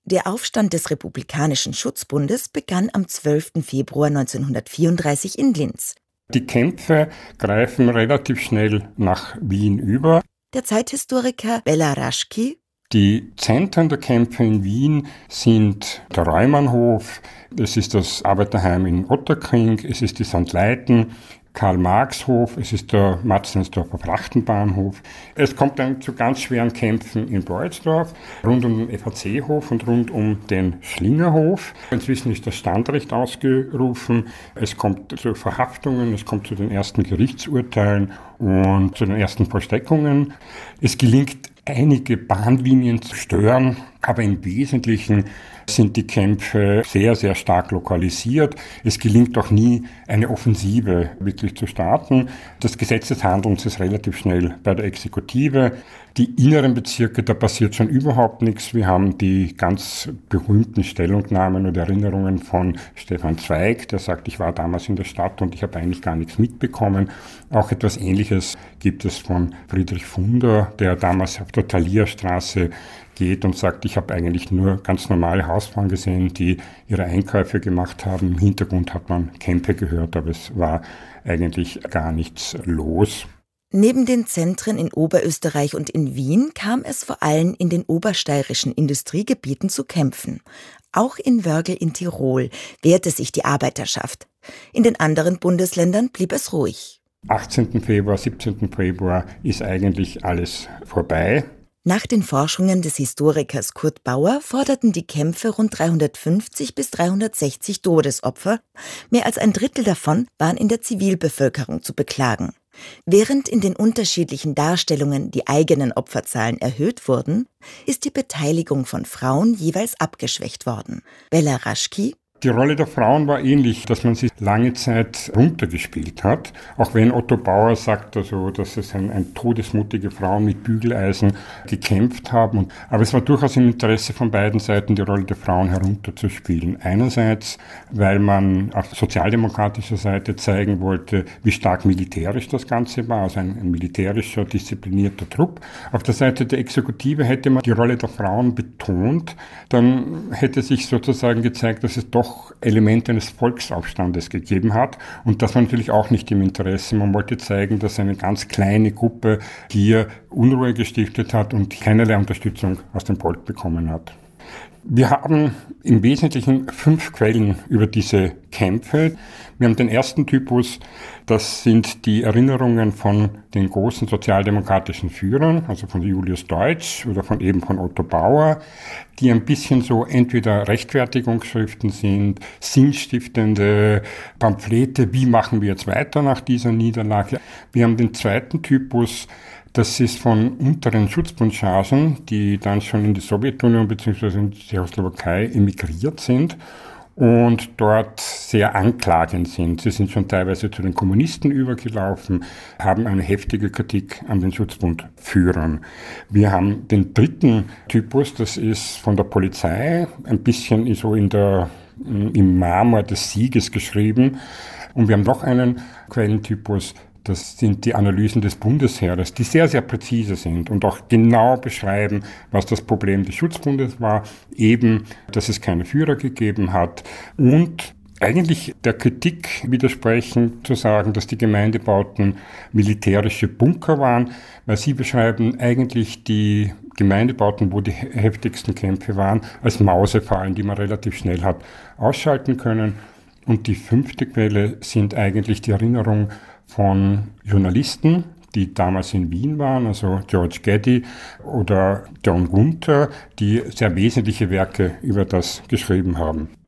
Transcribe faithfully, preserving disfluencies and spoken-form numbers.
Der Aufstand des Republikanischen Schutzbundes begann am zwölften Februar neunzehnhundertvierunddreißig in Linz. Die Kämpfe greifen relativ schnell nach Wien über. Der Zeithistoriker Béla Raschki: Die Zentren der Kämpfe in Wien sind der Reumannhof, es ist das Arbeiterheim in Otterkring, es ist die Sankt Leiten, Karl-Marx-Hof, es ist der Matzleinsdorfer Frachtenbahnhof. Es kommt dann zu ganz schweren Kämpfen in Boitsdorf, rund um den F A C-Hof und rund um den Schlingerhof. Inzwischen ist das Standrecht ausgerufen, es kommt zu Verhaftungen, es kommt zu den ersten Gerichtsurteilen und zu den ersten Vollstreckungen. Es gelingt, einige Bahnlinien zu stören, aber im Wesentlichen sind die Kämpfe sehr, sehr stark lokalisiert. Es gelingt auch nie, eine Offensive wirklich zu starten. Das Gesetz des Handelns ist relativ schnell bei der Exekutive. Die inneren Bezirke, da passiert schon überhaupt nichts. Wir haben die ganz berühmten Stellungnahmen und Erinnerungen von Stefan Zweig, der sagt, ich war damals in der Stadt und ich habe eigentlich gar nichts mitbekommen. Auch etwas Ähnliches gibt es von Friedrich Funder, der damals auf der Thalierstraße geht und sagt, ich habe eigentlich nur ganz normale Hausfrauen gesehen, die ihre Einkäufe gemacht haben. Im Hintergrund hat man Kämpfe gehört, aber es war eigentlich gar nichts los. Neben den Zentren in Oberösterreich und in Wien kam es vor allem in den obersteirischen Industriegebieten zu Kämpfen. Auch in Wörgl in Tirol wehrte sich die Arbeiterschaft. In den anderen Bundesländern blieb es ruhig. achtzehnten Februar, siebzehnten Februar ist eigentlich alles vorbei. Nach den Forschungen des Historikers Kurt Bauer forderten die Kämpfe rund dreihundertfünfzig bis dreihundertsechzig Todesopfer. Mehr als ein Drittel davon waren in der Zivilbevölkerung zu beklagen. Während in den unterschiedlichen Darstellungen die eigenen Opferzahlen erhöht wurden, ist die Beteiligung von Frauen jeweils abgeschwächt worden. Béla Raschki: Die Rolle der Frauen war ähnlich, dass man sie lange Zeit runtergespielt hat. Auch wenn Otto Bauer sagt, also, dass es ein, ein todesmutige Frauen mit Bügeleisen gekämpft haben. Aber es war durchaus im Interesse von beiden Seiten, die Rolle der Frauen herunterzuspielen. Einerseits, weil man auf sozialdemokratischer Seite zeigen wollte, wie stark militärisch das Ganze war, also ein, ein militärischer, disziplinierter Trupp. Auf der Seite der Exekutive hätte man die Rolle der Frauen betont, dann hätte sich sozusagen gezeigt, dass es doch Elemente eines Volksaufstandes gegeben hat. Und das war natürlich auch nicht im Interesse. Man wollte zeigen, dass eine ganz kleine Gruppe hier Unruhe gestiftet hat und keinerlei Unterstützung aus dem Volk bekommen hat. Wir haben im Wesentlichen fünf Quellen über diese Kämpfe. Wir haben den ersten Typus, das sind die Erinnerungen von den großen sozialdemokratischen Führern, also von Julius Deutsch oder von eben von Otto Bauer, die ein bisschen so entweder Rechtfertigungsschriften sind, sinnstiftende Pamphlete, wie machen wir jetzt weiter nach dieser Niederlage. Wir haben den zweiten Typus, das ist von unteren Schutzbundchargen, die dann schon in die Sowjetunion bzw. in die Tschechoslowakei emigriert sind und dort sehr anklagend sind. Sie sind schon teilweise zu den Kommunisten übergelaufen, haben eine heftige Kritik an den Schutzbundführern. Wir haben den dritten Typus, das ist von der Polizei, ein bisschen so in der, im Marmor des Sieges geschrieben. Und wir haben noch einen Quellentypus, das sind die Analysen des Bundesheeres, die sehr, sehr präzise sind und auch genau beschreiben, was das Problem des Schutzbundes war, eben, dass es keine Führer gegeben hat und eigentlich der Kritik widersprechen zu sagen, dass die Gemeindebauten militärische Bunker waren, weil sie beschreiben eigentlich die Gemeindebauten, wo die heftigsten Kämpfe waren, als Mausefallen, die man relativ schnell hat ausschalten können. Und die fünfte Quelle sind eigentlich die Erinnerung von Journalisten, die damals in Wien waren, also George Geddy oder John Gunther, die sehr wesentliche Werke über das geschrieben haben.